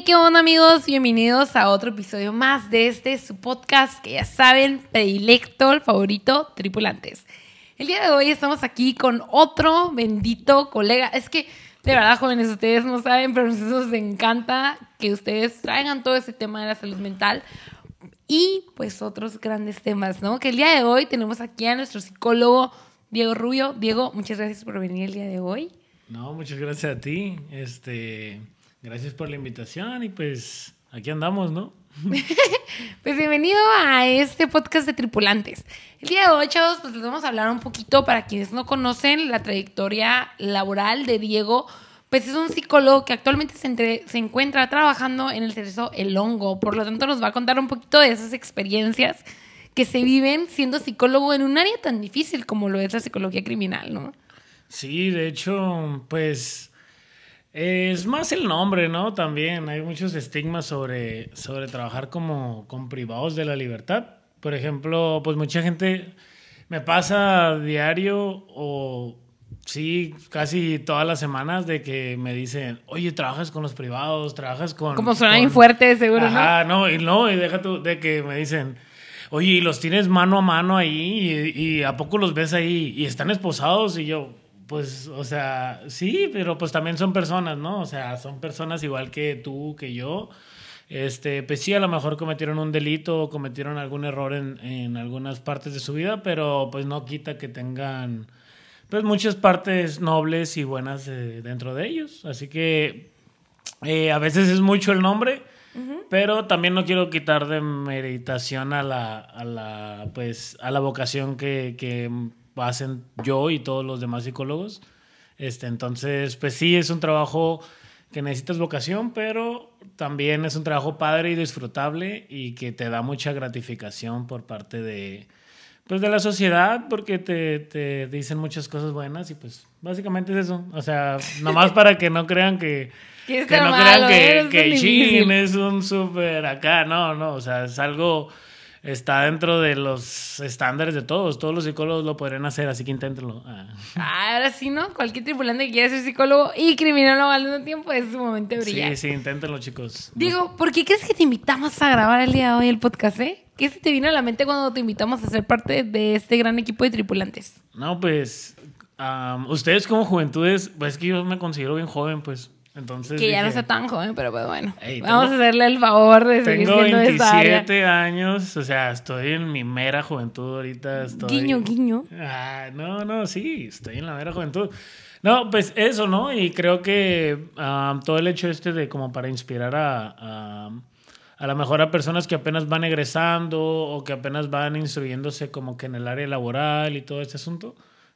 ¿qué onda, amigos? Bienvenidos a otro episodio más de su podcast que ya saben, predilecto, el favorito, Tripulantes. El día de hoy estamos aquí con otro bendito colega. Es que, de verdad, jóvenes, ustedes no saben, pero a nosotros nos encanta que ustedes traigan todo este tema de la salud mental y, pues, otros grandes temas, ¿no? Que el día de hoy tenemos aquí a nuestro psicólogo Diego Rubio. Diego, muchas gracias por venir el día de hoy. No, muchas gracias a ti. Gracias por la invitación y pues aquí andamos, ¿no? Pues bienvenido a este podcast de Tripulantes. El día de hoy, chavos, pues les vamos a hablar un poquito, para quienes no conocen la trayectoria laboral de Diego. Pues es un psicólogo que actualmente se encuentra trabajando en el Cerezo El Hongo. Por lo tanto, nos va a contar un poquito de esas experiencias que se viven siendo psicólogo en un área tan difícil como lo es la psicología criminal, ¿no? Sí, de hecho, pues es más el nombre, ¿no? También hay muchos estigmas sobre trabajar con privados de la libertad. Por ejemplo, pues mucha gente me pasa diario o sí, casi todas las semanas de que me dicen, oye, trabajas con los privados, trabajas con... Como suena bien fuerte, seguro, Ajá, ¿no? Y deja tú de que me dicen, oye, ¿y los tienes mano a mano ahí? ¿Y a poco los ves ahí? ¿Y están esposados? Y yo... Pues, o sea, sí, pero pues también son personas, ¿no? O sea, son personas igual que tú, que yo. Pues sí, a lo mejor cometieron un delito o cometieron algún error en algunas partes de su vida, pero pues no quita que tengan pues muchas partes nobles y buenas dentro de ellos. Así que a veces es mucho el nombre, pero también no quiero quitar de meditación a la vocación que hacen yo y todos los demás psicólogos. Entonces, pues sí, es un trabajo que necesitas vocación, pero también es un trabajo padre y disfrutable y que te da mucha gratificación por parte de la sociedad, porque te dicen muchas cosas buenas y pues básicamente es eso. O sea, nomás para que no crean que no malo, crean que Shin es un súper acá. No, o sea, es algo... Está dentro de los estándares de todos. Todos los psicólogos lo podrían hacer, así que inténtenlo. Ahora sí, ¿no? Cualquier tripulante que quiera ser psicólogo y criminólogo al mismo tiempo es su momento de brillar. Sí, inténtenlo, chicos. Digo, ¿por qué crees que te invitamos a grabar el día de hoy el podcast, eh? ¿Qué se te vino a la mente cuando te invitamos a ser parte de este gran equipo de tripulantes? No, pues, ustedes como juventudes, pues es que yo me considero bien joven, pues. Entonces que ya no está tan joven, pero pues bueno. Hey, vamos a hacerle el favor de seguir siendo esta área. Tengo 27 años, o sea, estoy en mi mera juventud ahorita. Guiño. No, sí, estoy en la mera juventud. No, pues eso, ¿no? Y creo que todo el hecho de como para inspirar a lo mejor a personas que apenas van egresando o que apenas van instruyéndose como que en el área laboral y todo este asunto,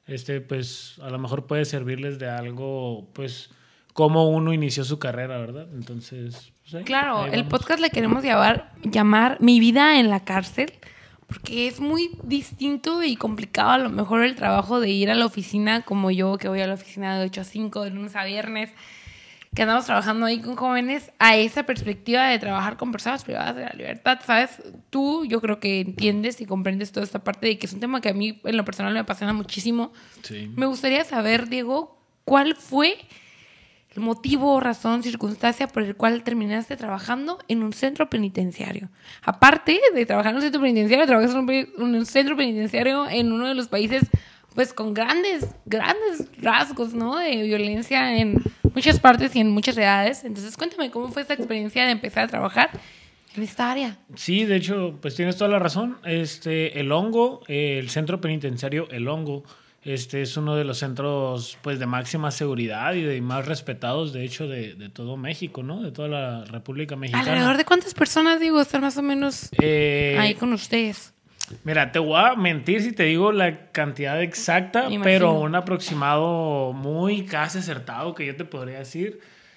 pues a lo mejor puede servirles de algo, pues... cómo uno inició su carrera, ¿verdad? Entonces, pues claro, el podcast le queremos llamar Mi vida en la cárcel, porque es muy distinto y complicado a lo mejor el trabajo de ir a la oficina, como yo, que voy a la oficina de 8 a 5, de lunes a viernes, que andamos trabajando ahí con jóvenes, a esa perspectiva de trabajar con personas privadas de la libertad, ¿sabes? Tú, yo creo que entiendes y comprendes toda esta parte de que es un tema que a mí, en lo personal, me apasiona muchísimo. Sí. Me gustaría saber, Diego, ¿cuál fue el motivo, razón, circunstancia por el cual terminaste trabajando en un centro penitenciario? Aparte de trabajar en un centro penitenciario, trabajas en un centro penitenciario en uno de los países pues con grandes rasgos, ¿no? De violencia en muchas partes y en muchas edades. Entonces, cuéntame, ¿cómo fue esta experiencia de empezar a trabajar en esta área? Sí, de hecho, pues tienes toda la razón. El Hongo, el centro penitenciario El Hongo, es uno de los centros pues de máxima seguridad y de más respetados, de hecho, de todo México, ¿no? De toda la República Mexicana. ¿Alrededor de cuántas personas, digo, están más o menos ahí con ustedes? Mira, te voy a mentir si te digo la cantidad exacta, pero un aproximado muy casi acertado que yo te podría decir.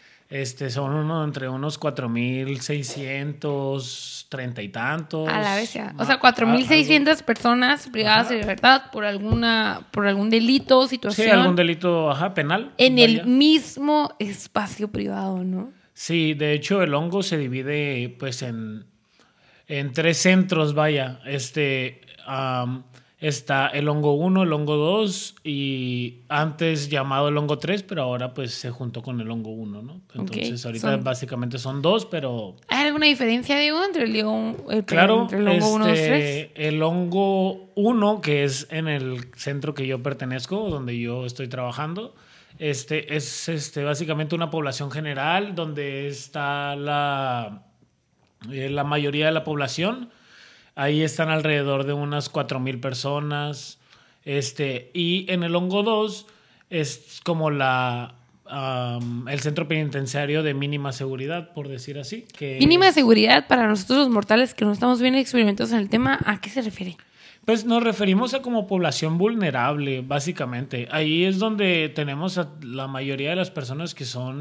Son entre unos 4,630 y tantos. A la vez, o sea, 4,600 personas privadas de libertad por algún delito, situación. Sí, algún delito penal. En el mismo espacio privado, ¿no? Sí, de hecho el Hongo se divide pues en 3 centros, vaya. Está el hongo 1, el hongo 2 y antes llamado el hongo 3, pero ahora pues se juntó con el hongo 1, ¿no? Entonces ahorita básicamente son 2, pero... ¿Hay alguna diferencia, Diego, entre el hongo 1, 2, 3? El hongo 1, que es en el centro que yo pertenezco, donde yo estoy trabajando, es básicamente una población general donde está la mayoría de la población. Ahí están alrededor de unas 4,000 personas. Y en el hongo 2 es como el centro penitenciario de mínima seguridad, por decir así. Mínima seguridad para nosotros los mortales que no estamos bien experimentados en el tema, ¿a qué se refiere? Pues nos referimos a como población vulnerable, básicamente. Ahí es donde tenemos a la mayoría de las personas que son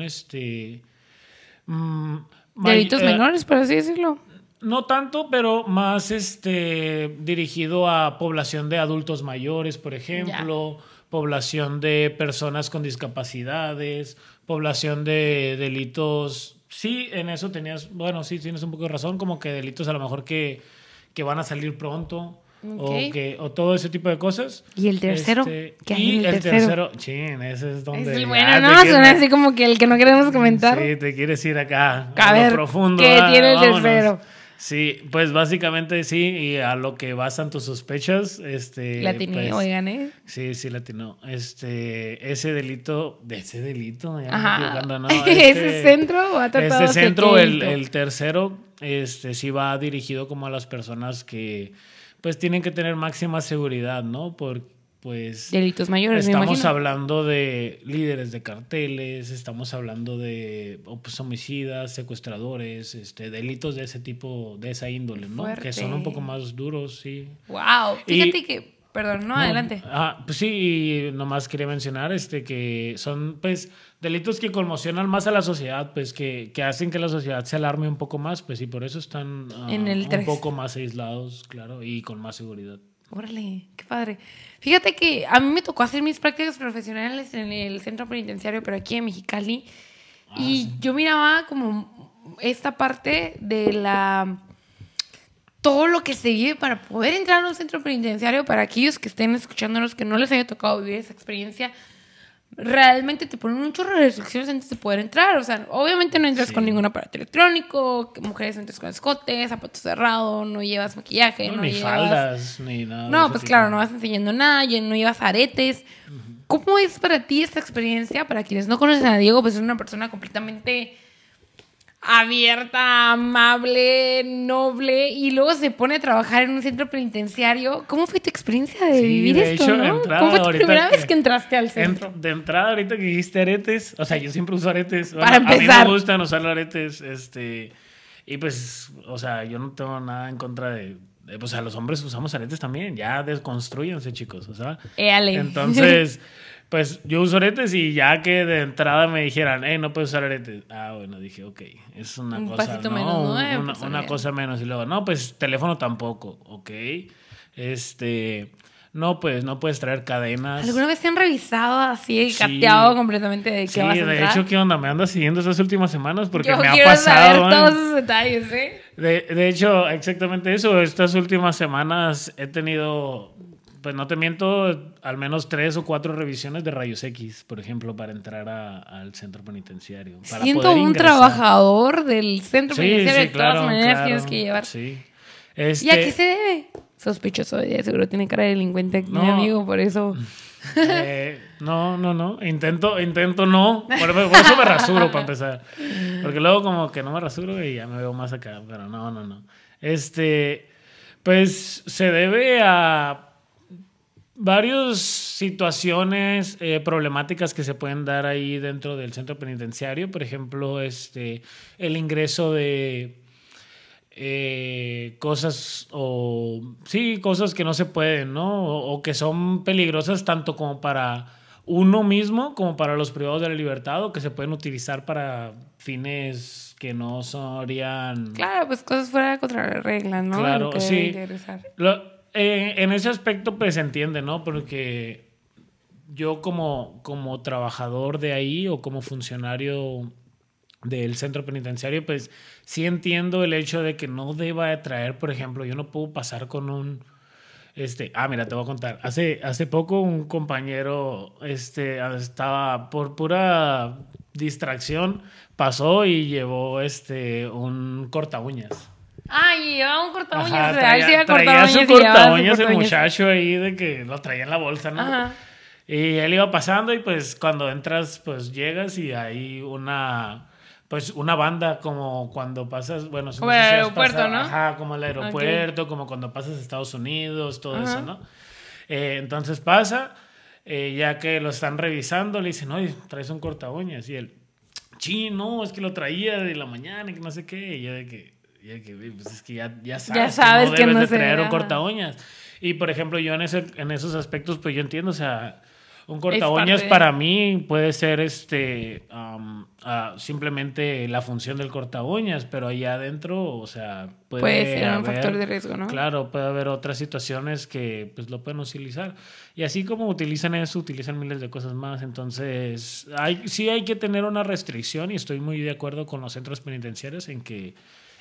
delitos menores, por así decirlo. No tanto, pero más dirigido a población de adultos mayores, por ejemplo, población de personas con discapacidades, población de delitos. Sí, en eso sí, tienes un poco de razón, como que delitos a lo mejor que van a salir pronto. Okay. O todo ese tipo de cosas. ¿Y el tercero? El tercero, chin, ese es donde... Es el bueno, ¿no? Suena así como que el que no queremos comentar. Sí, te quieres ir acá, a ver, lo profundo. ¿qué tiene el tercero? Sí, pues básicamente sí, y a lo que basan tus sospechas, latiné, pues, oigan, Sí, latinó. Ese delito, ya me estoy equivocando, ¿no? ¿Ese centro ha tratado Este centro, el tercero, sí va dirigido como a las personas que pues tienen que tener máxima seguridad, ¿no? Pues delitos mayores, estamos hablando de líderes de carteles, estamos hablando de homicidas, secuestradores, delitos de ese tipo, de esa índole, ¿no? Fuerte. Que son un poco más duros, sí. Wow, fíjate que, perdón, adelante. Pues sí, y nomás quería mencionar que son pues delitos que conmocionan más a la sociedad, pues que hacen que la sociedad se alarme un poco más, pues y por eso están un poco más aislados, claro, y con más seguridad. Órale, qué padre. Fíjate que a mí me tocó hacer mis prácticas profesionales en el centro penitenciario, pero aquí en Mexicali. Y sí, yo miraba como esta parte de todo lo que se vive para poder entrar a un centro penitenciario. Para aquellos que estén escuchándonos que no les haya tocado vivir esa experiencia, realmente te ponen un chorro de restricciones antes de poder entrar. O sea, obviamente no entras con ningún aparato electrónico, mujeres entras con escote, zapatos cerrados, no llevas maquillaje, ni llevas faldas, ni nada. No, pues claro, no vas enseñando nada, no llevas aretes. Uh-huh. ¿Cómo es para ti esta experiencia? Para quienes no conocen a Diego, pues es una persona completamente abierta, amable, noble, y luego se pone a trabajar en un centro penitenciario. ¿Cómo fue tu experiencia de vivir esto, hecho, no? ¿Cómo fue tu primera vez que entraste al centro? De entrada, ahorita que dijiste aretes, o sea, yo siempre uso aretes. Para empezar. A mí me gustan usar aretes, y pues, o sea, yo no tengo nada en contra de pues a los hombres usamos aretes también, ya desconstrúyense, chicos, o sea. Entonces... Pues yo uso aretes y ya que de entrada me dijeran, no puedes usar aretes. Bueno, dije, ok, es una un cosa, pasito ¿no? Menos, ¿no? Una cosa menos. Y luego, no, pues teléfono tampoco, ok. No, pues no puedes traer cadenas. ¿Alguna vez te han revisado así, cateado completamente de qué vas a entrar? Sí, de hecho, ¿qué onda? Me andas siguiendo estas últimas semanas porque yo me ha quiero pasado. Saber todos esos detalles, ¿eh? De hecho, exactamente eso. Estas últimas semanas he tenido... Pues no te miento, al menos 3 o 4 revisiones de rayos X, por ejemplo, para entrar al centro penitenciario. Para Siento poder un ingresar. Trabajador del centro penitenciario, de todas maneras tienes que llevar. Sí. ¿Y a qué se debe? Sospechoso, seguro tiene cara de delincuente, mi amigo, por eso. No. Intento no. Por eso me rasuro, para empezar. Porque luego como que no me rasuro y ya me veo más acá, pero no. Pues se debe a varias situaciones problemáticas que se pueden dar ahí dentro del centro penitenciario. Por ejemplo, el ingreso de cosas cosas que no se pueden, ¿no? O que son peligrosas tanto como para uno mismo como para los privados de la libertad, o que se pueden utilizar para fines que no serían... Claro, pues cosas fuera de contra regla, ¿no? Claro, sí. En ese aspecto pues se entiende, ¿no? Porque yo como trabajador de ahí o como funcionario del centro penitenciario, pues sí entiendo el hecho de que no deba de traer, por ejemplo, yo no puedo pasar con un Mira, te voy a contar. Hace poco un compañero estaba por pura distracción, pasó y llevó un corta uñas. Ay, llevaba un corta uñas. Ajá, Traía su corta uñas el muchacho ahí de que lo traía en la bolsa, ¿no? Ajá. Y él iba pasando y pues cuando entras, pues llegas y hay una banda como cuando pasas, bueno, como el aeropuerto, ¿no? Ajá, como el aeropuerto, como cuando pasas a Estados Unidos, todo Ajá. eso, ¿no? Entonces pasa, ya que lo están revisando, le dicen, oye, traes un corta uñas. Y él, no, es que lo traía de la mañana y que no sé qué. Y yo de que pues es que ya sabes que no debes de traer un corta uñas. Y por ejemplo, yo en esos aspectos, pues yo entiendo, o sea, un corta uñas para mí puede ser simplemente la función del corta uñas, pero allá adentro, o sea, puede ser un factor de riesgo, ¿no? Claro, puede haber otras situaciones que pues lo pueden utilizar. Y así como utilizan eso, utilizan miles de cosas más. Entonces, sí hay que tener una restricción y estoy muy de acuerdo con los centros penitenciarios en que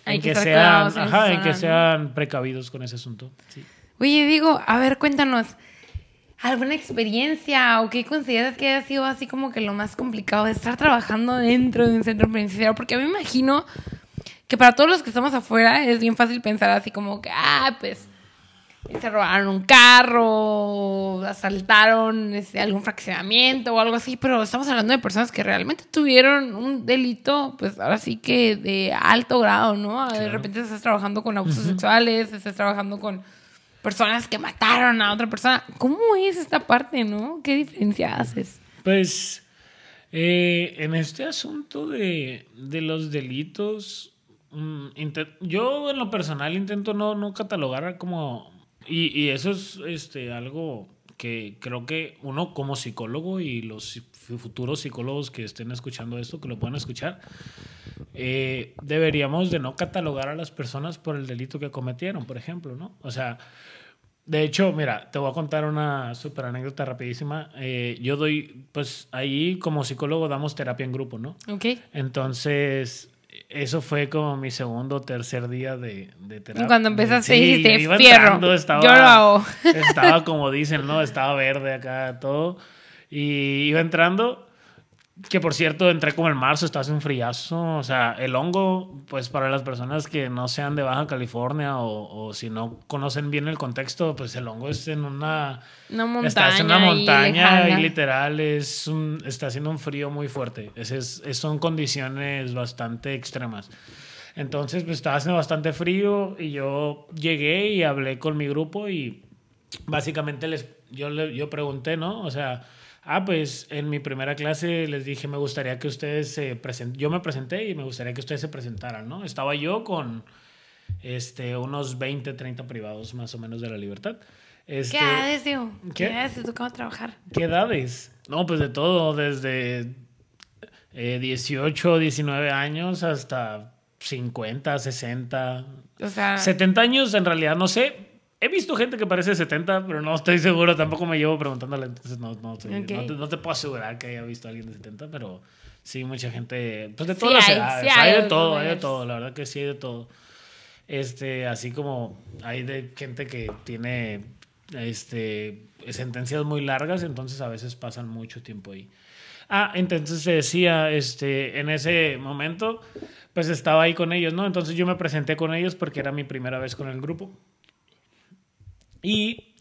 sean precavidos con ese asunto. Sí. Oye, Diego, a ver, cuéntanos, ¿alguna experiencia o qué consideras que haya sido así como que lo más complicado de estar trabajando dentro de un centro penitenciario? Porque a mí me imagino que para todos los que estamos afuera es bien fácil pensar así como que, pues, se robaron un carro, asaltaron algún fraccionamiento o algo así, pero estamos hablando de personas que realmente tuvieron un delito, pues ahora sí que de alto grado, ¿no? Claro. De repente estás trabajando con abusos sexuales, estás trabajando con personas que mataron a otra persona. ¿Cómo es esta parte, no? ¿Qué diferencia haces? Pues, en este asunto de los delitos, yo en lo personal intento no catalogar como... Y eso es algo que creo que uno como psicólogo y los futuros psicólogos que estén escuchando esto, que lo puedan escuchar, deberíamos de no catalogar a las personas por el delito que cometieron, por ejemplo, ¿no? O sea, de hecho, mira, te voy a contar una súper anécdota rapidísima. Yo doy, pues ahí como psicólogo damos terapia en grupo, ¿no? Ok. Entonces... Eso fue como mi segundo o tercer día de terapia. Cuando empezaste dijiste, fierro, yo lo hago. Estaba como dicen, ¿no? Estaba verde acá todo. Y iba entrando, que por cierto, entré como en marzo, estaba hace un friazo. O sea, el hongo, pues para las personas que no sean de Baja California o si no conocen bien el contexto, pues el hongo es en una montaña. Está en una montaña y literal está haciendo un frío muy fuerte. Son condiciones bastante extremas. Entonces, pues estaba haciendo bastante frío y yo llegué y hablé con mi grupo y básicamente yo pregunté, ¿no? O sea... pues en mi primera clase les dije, me gustaría que ustedes se presenten. Yo me presenté y me gustaría que ustedes se presentaran, ¿no? Estaba yo con unos 20, 30 privados más o menos de la libertad. ¿Qué edades, Diego? ¿Qué edades te tocaba trabajar? ¿Qué edades? No, pues de todo, desde 18, 19 años hasta 50, 60. O sea, 70 años en realidad, no sé. He visto gente que parece 70, pero no estoy seguro. Tampoco me llevo preguntándole. Entonces no te puedo asegurar que haya visto a alguien de 70, pero sí, mucha gente... Pues de todas las edades. Sí hay de todo. La verdad que sí hay de todo. Así como hay de gente que tiene sentencias muy largas, entonces a veces pasan mucho tiempo ahí. Entonces te decía, en ese momento, pues estaba ahí con ellos, ¿no? Entonces yo me presenté con ellos porque era mi primera vez con el grupo. Y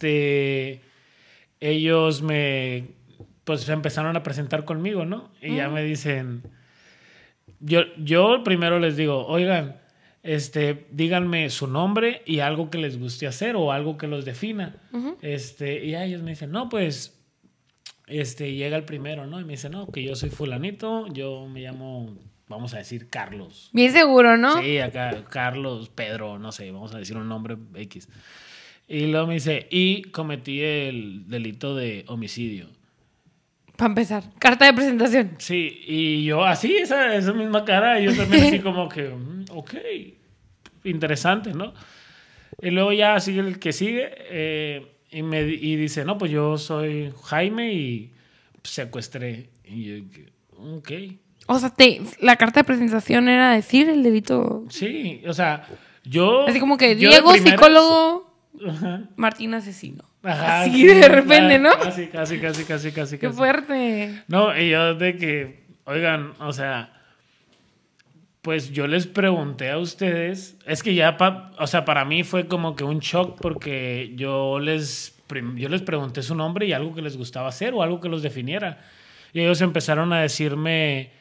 ellos pues se empezaron a presentar conmigo, ¿no? Y ya me dicen, yo primero les digo, oigan, díganme su nombre y algo que les guste hacer o algo que los defina. Y ellos me dicen, no, pues, llega el primero, ¿no? Y me dice, no, que yo soy fulanito, yo me llamo, vamos a decir, Carlos. Bien seguro, ¿no? Sí, acá, Carlos, Pedro, no sé, vamos a decir un nombre X. Y luego me dice, y cometí el delito de homicidio. Para empezar, carta de presentación. Sí, y yo así, esa misma cara, yo también así como que, ok, interesante, ¿no? Y luego ya sigue el que sigue y dice, no, pues yo soy Jaime y secuestré. Y yo, ok. O sea, la carta de presentación era decir el delito. Sí, o sea, yo... Así como que Diego, psicólogo... Martín asesino. Ajá, así sí, de repente, ¿no? Casi. Qué fuerte. No, y yo de que, oigan, o sea, pues yo les pregunté a ustedes, es que ya, o sea, para mí fue como que un shock porque yo les pregunté su nombre y algo que les gustaba hacer o algo que los definiera. Y ellos empezaron a decirme,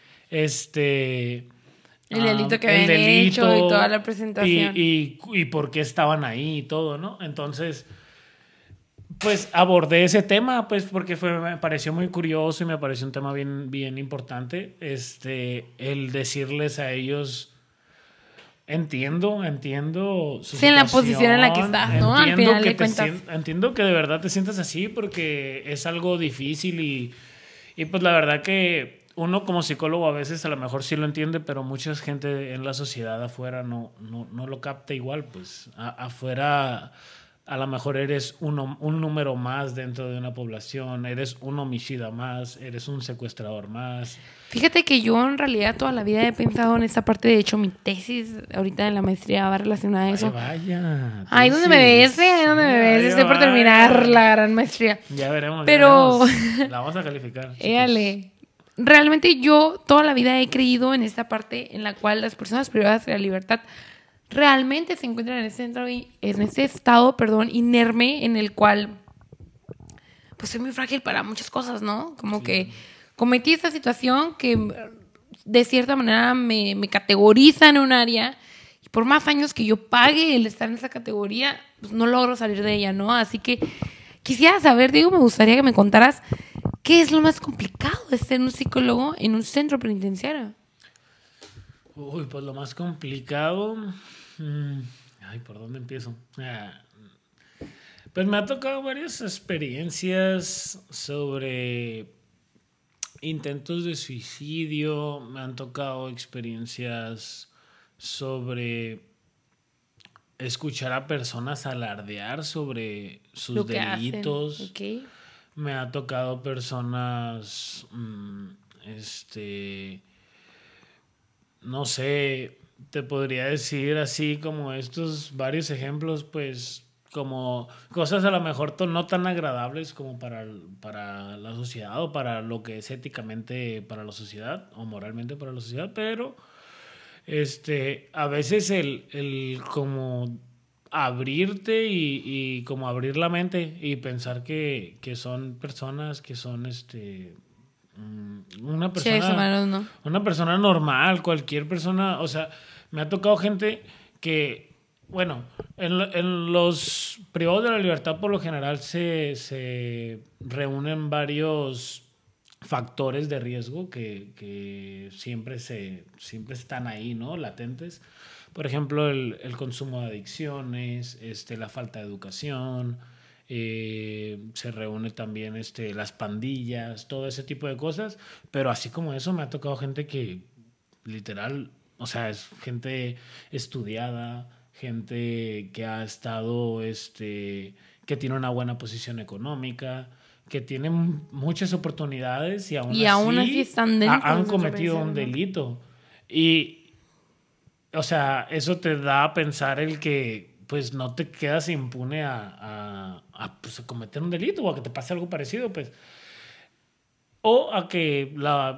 El delito que habían hecho y toda la presentación. Y por qué estaban ahí y todo, ¿no? Entonces, pues abordé ese tema, pues porque me pareció muy curioso y me pareció un tema bien importante. El decirles a ellos, entiendo su sí, en la situación, posición en la que estás, ¿no? Al final de cuentas. Entiendo que de verdad te sientas así porque es algo difícil y pues la verdad que uno como psicólogo a veces a lo mejor sí lo entiende, pero mucha gente en la sociedad afuera no lo capta igual, pues afuera a lo mejor eres un número más dentro de una población, eres un homicida más, eres un secuestrador más. Fíjate que yo en realidad toda la vida he pensado en esta parte. De hecho, mi tesis ahorita en la maestría va relacionada a eso. Vaya. Ahí donde me ves, estoy por terminar la gran maestría. Ya veremos. Pero la vamos a calificar. Éale. Realmente yo toda la vida he creído en esta parte en la cual las personas privadas de la libertad realmente se encuentran en ese estado, inerme, en el cual pues soy muy frágil para muchas cosas, ¿no? Como que cometí esta situación que de cierta manera me categoriza en un área y por más años que yo pague el estar en esa categoría, pues no logro salir de ella, ¿no? Así que quisiera saber, Diego, me gustaría que me contaras qué es lo más complicado de ser un psicólogo en un centro penitenciario. Uy, pues lo más complicado... Ay, ¿por dónde empiezo? Pues me ha tocado varias experiencias sobre intentos de suicidio, me han tocado experiencias sobre escuchar a personas alardear sobre sus delitos. Okay. Me ha tocado personas, no sé, te podría decir así como estos varios ejemplos, pues como cosas a lo mejor no tan agradables como para la sociedad o para lo que es éticamente para la sociedad o moralmente para la sociedad, pero a veces el como abrirte y como abrir la mente y pensar que son personas que son una persona, ¿no? Una persona normal, cualquier persona, o sea, me ha tocado gente que, bueno, en los privados de la libertad por lo general se reúnen varios factores de riesgo que siempre están ahí, ¿no? Latentes. Por ejemplo, el consumo de adicciones, la falta de educación, se reúne también las pandillas, todo ese tipo de cosas, pero así como eso me ha tocado gente que literal, o sea, es gente estudiada, gente que ha estado, que tiene una buena posición económica, que tiene muchas oportunidades y aún así están han cometido un delito. Y, o sea, eso te da a pensar el que pues no te quedas impune pues, a cometer un delito o a que te pase algo parecido, pues. O a que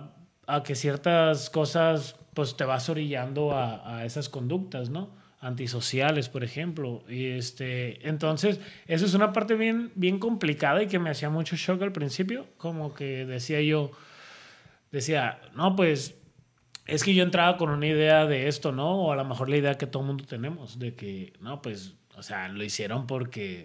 ciertas cosas pues te vas orillando a esas conductas, ¿no? Antisociales, por ejemplo. Y entonces, eso es una parte bien complicada y que me hacía mucho shock al principio. Como que decía, no, pues es que yo entraba con una idea de esto, ¿no? O a lo mejor la idea que todo el mundo tenemos, de que, no, pues, o sea, lo hicieron porque,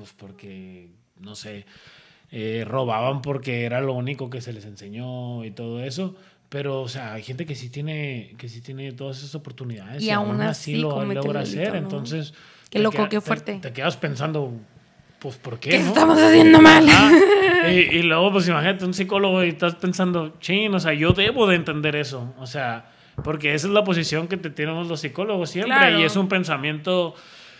no sé, robaban porque era lo único que se les enseñó y todo eso. Pero, o sea, hay gente que sí tiene todas esas oportunidades y aún así lo logra hacer. ¿no? Entonces, qué loco, qué fuerte. Te quedas pensando, pues, ¿por qué? ¿Qué ¿no? estamos haciendo mal? Y luego, pues, imagínate, un psicólogo y estás pensando, o sea, yo debo de entender eso. O sea, porque esa es la posición que tenemos los psicólogos siempre. Claro. Y es un pensamiento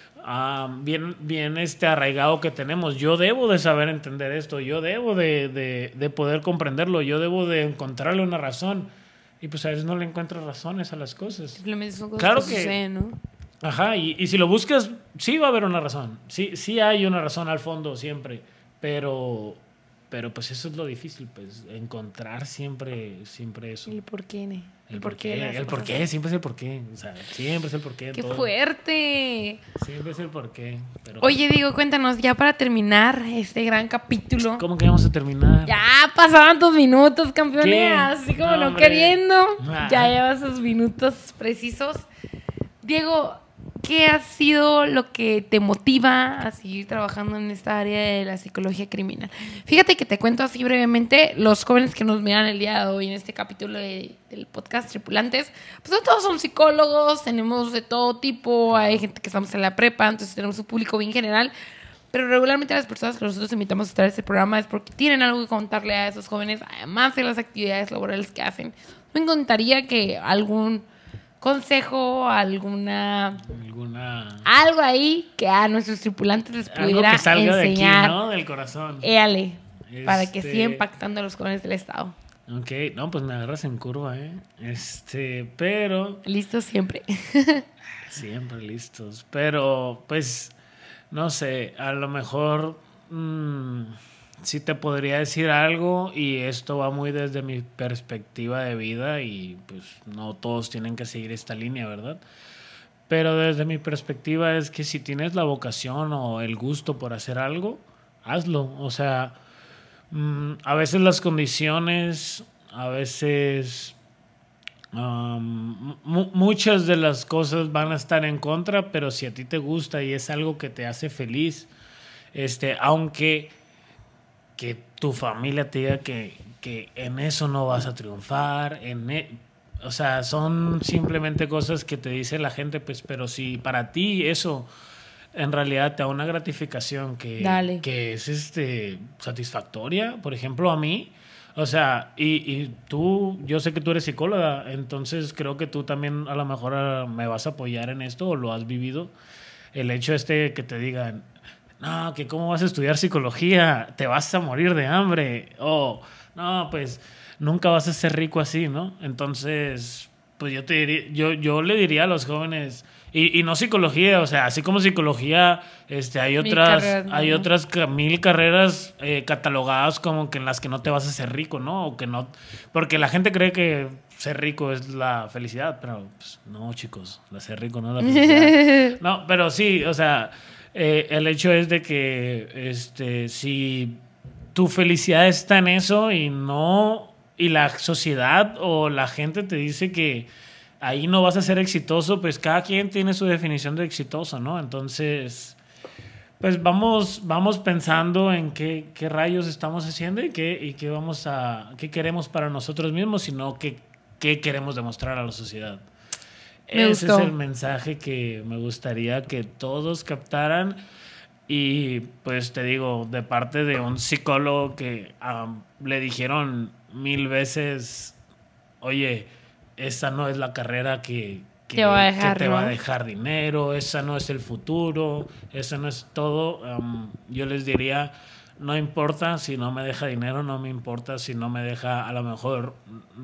bien arraigado que tenemos. Yo debo de saber entender esto. Yo debo de poder comprenderlo. Yo debo de encontrarle una razón. Y pues a veces no le encuentras razones a las cosas. Simplemente son cosas claro que suceden, ¿no? Ajá, y si lo buscas sí va a haber una razón. Sí hay una razón al fondo siempre. Pero pues eso es lo difícil, pues encontrar siempre eso. El por qué, ¿no? El por qué, siempre es el por qué. O sea, siempre es el por qué. ¡Qué fuerte! Siempre es el por qué. Pero... Oye, Diego, cuéntanos, ya para terminar este gran capítulo. ¿Cómo que vamos a terminar? Ya pasaban tus minutos, campeones. ¿Qué? Así como no Hombre. queriendo. Ya llevas sus minutos precisos. Diego, ¿qué ha sido lo que te motiva a seguir trabajando en esta área de la psicología criminal? Fíjate que te cuento así brevemente, los jóvenes que nos miran el día de hoy en este capítulo del podcast Tripulantes, pues no todos son psicólogos, tenemos de todo tipo, hay gente que estamos en la prepa, entonces tenemos un público bien general, pero regularmente las personas que nosotros invitamos a estar en este programa es porque tienen algo que contarle a esos jóvenes, además de las actividades laborales que hacen. Me encantaría que algún consejo, algo ahí que a nuestros tripulantes les pudiera algo que salga enseñar. De aquí, ¿no? Del corazón. Éale, para que siga impactando a los jóvenes del estado. Ok, no, pues me agarras en curva, pero... Listos siempre. Siempre listos, pero pues, no sé, a lo mejor sí te podría decir algo y esto va muy desde mi perspectiva de vida y pues no todos tienen que seguir esta línea, ¿verdad? Pero desde mi perspectiva es que si tienes la vocación o el gusto por hacer algo, hazlo. O sea, a veces las condiciones, a veces muchas de las cosas van a estar en contra, pero si a ti te gusta y es algo que te hace feliz, aunque que tu familia te diga que en eso no vas a triunfar, o sea, son simplemente cosas que te dice la gente, pues, pero si para ti eso en realidad te da una gratificación que es satisfactoria, por ejemplo, a mí, o sea, y tú, yo sé que tú eres psicóloga, entonces creo que tú también a lo mejor me vas a apoyar en esto o lo has vivido, el hecho que te digan, no, que cómo vas a estudiar psicología, te vas a morir de hambre, o no, pues nunca vas a ser rico así, ¿no? Entonces, pues yo le diría a los jóvenes, y no psicología, o sea, así como psicología, hay otras 1000 carreras catalogadas como que en las que no te vas a hacer rico, ¿no? O que no, porque la gente cree que ser rico es la felicidad, pero pues, no, chicos, ser rico no es la felicidad. No, pero sí, o sea, el hecho es de que si tu felicidad está en eso y la sociedad o la gente te dice que ahí no vas a ser exitoso, pues cada quien tiene su definición de exitoso, ¿no? Entonces, pues vamos pensando en qué rayos estamos haciendo y qué queremos para nosotros mismos, sino qué queremos demostrar a la sociedad. Ese es el mensaje que me gustaría que todos captaran. Y pues te digo, de parte de un psicólogo que le dijeron 1000 veces, oye, esa no es la carrera que te va a dejar dinero, esa no es el futuro, esa no es todo. Yo les diría, no importa si no me deja dinero, no me importa si no me deja a lo mejor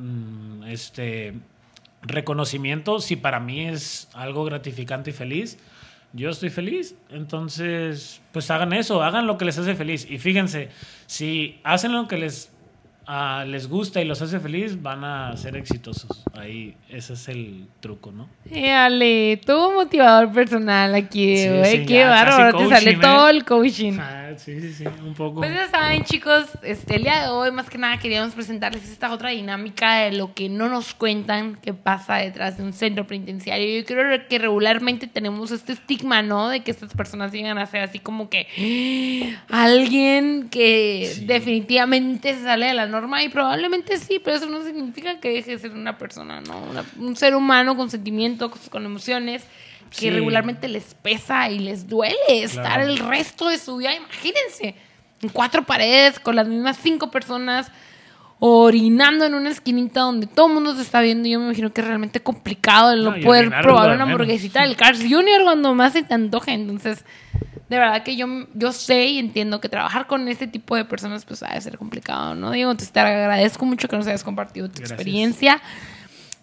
reconocimiento, si para mí es algo gratificante y feliz, yo estoy feliz. Entonces, pues hagan eso, hagan lo que les hace feliz. Y fíjense, si hacen lo que les gusta y los hace feliz, van a ser exitosos. Ahí, ese es el truco, ¿no? Ale, todo motivador personal aquí, sí, qué bárbaro, te sale todo el coaching. Sí, un poco. Pues ya saben, chicos, el día de hoy más que nada queríamos presentarles esta otra dinámica de lo que no nos cuentan que pasa detrás de un centro penitenciario. Yo creo que regularmente tenemos este estigma, ¿no? De que estas personas llegan a ser así como que alguien que definitivamente se sale de la norma, y probablemente sí, pero eso no significa que deje de ser una persona, ¿no? Un ser humano con sentimientos, con emociones, que regularmente les pesa y les duele estar el resto de su vida. Imagínense, en 4 paredes, con las mismas 5 personas, orinando en una esquinita donde todo el mundo se está viendo. Yo me imagino que es realmente complicado el no poder probar una hamburguesita del Carl's Jr. cuando más se te antoje. Entonces, de verdad que yo sé y entiendo que trabajar con este tipo de personas pues ha de ser complicado, ¿no? Digo, entonces te agradezco mucho que nos hayas compartido tu experiencia.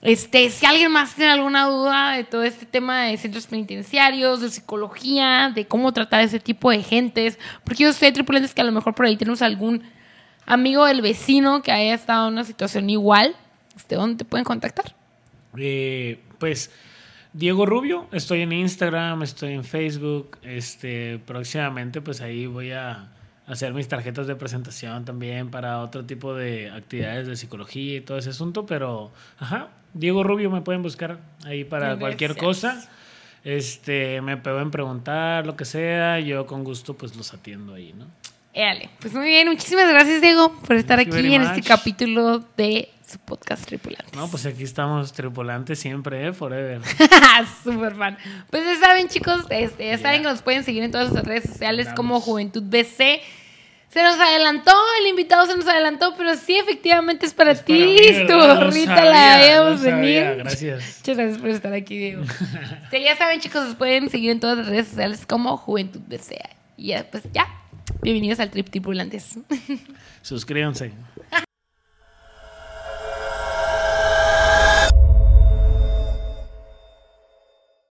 Si alguien más tiene alguna duda de todo este tema de centros penitenciarios, de psicología, de cómo tratar a ese tipo de gentes, porque yo sé, tripulantes, que a lo mejor por ahí tenemos algún amigo del vecino que haya estado en una situación igual, ¿dónde te pueden contactar? Pues Diego Rubio, estoy en Instagram, estoy en Facebook, próximamente pues ahí voy a hacer mis tarjetas de presentación también para otro tipo de actividades de psicología y todo ese asunto, pero Diego Rubio me pueden buscar ahí para cualquier cosa. Me pueden preguntar lo que sea, yo con gusto pues los atiendo ahí, ¿no? Éale, pues muy bien, muchísimas gracias, Diego, por estar aquí en este capítulo de su podcast Tripulantes. No, pues aquí estamos, tripulantes siempre, forever. Súper fan. Pues ya saben, chicos, ya saben que nos pueden seguir en todas las redes sociales como Juventud BC. Se nos adelantó, el invitado se nos adelantó, pero sí, efectivamente es para ti. Tu gorrita la veíamos venir. Gracias. Muchas gracias por estar aquí, Diego. Ya saben, chicos, nos pueden seguir en todas las redes sociales como Juventud BC. Y ya, pues ya, bienvenidos al Trip Tripulantes. Suscríbanse.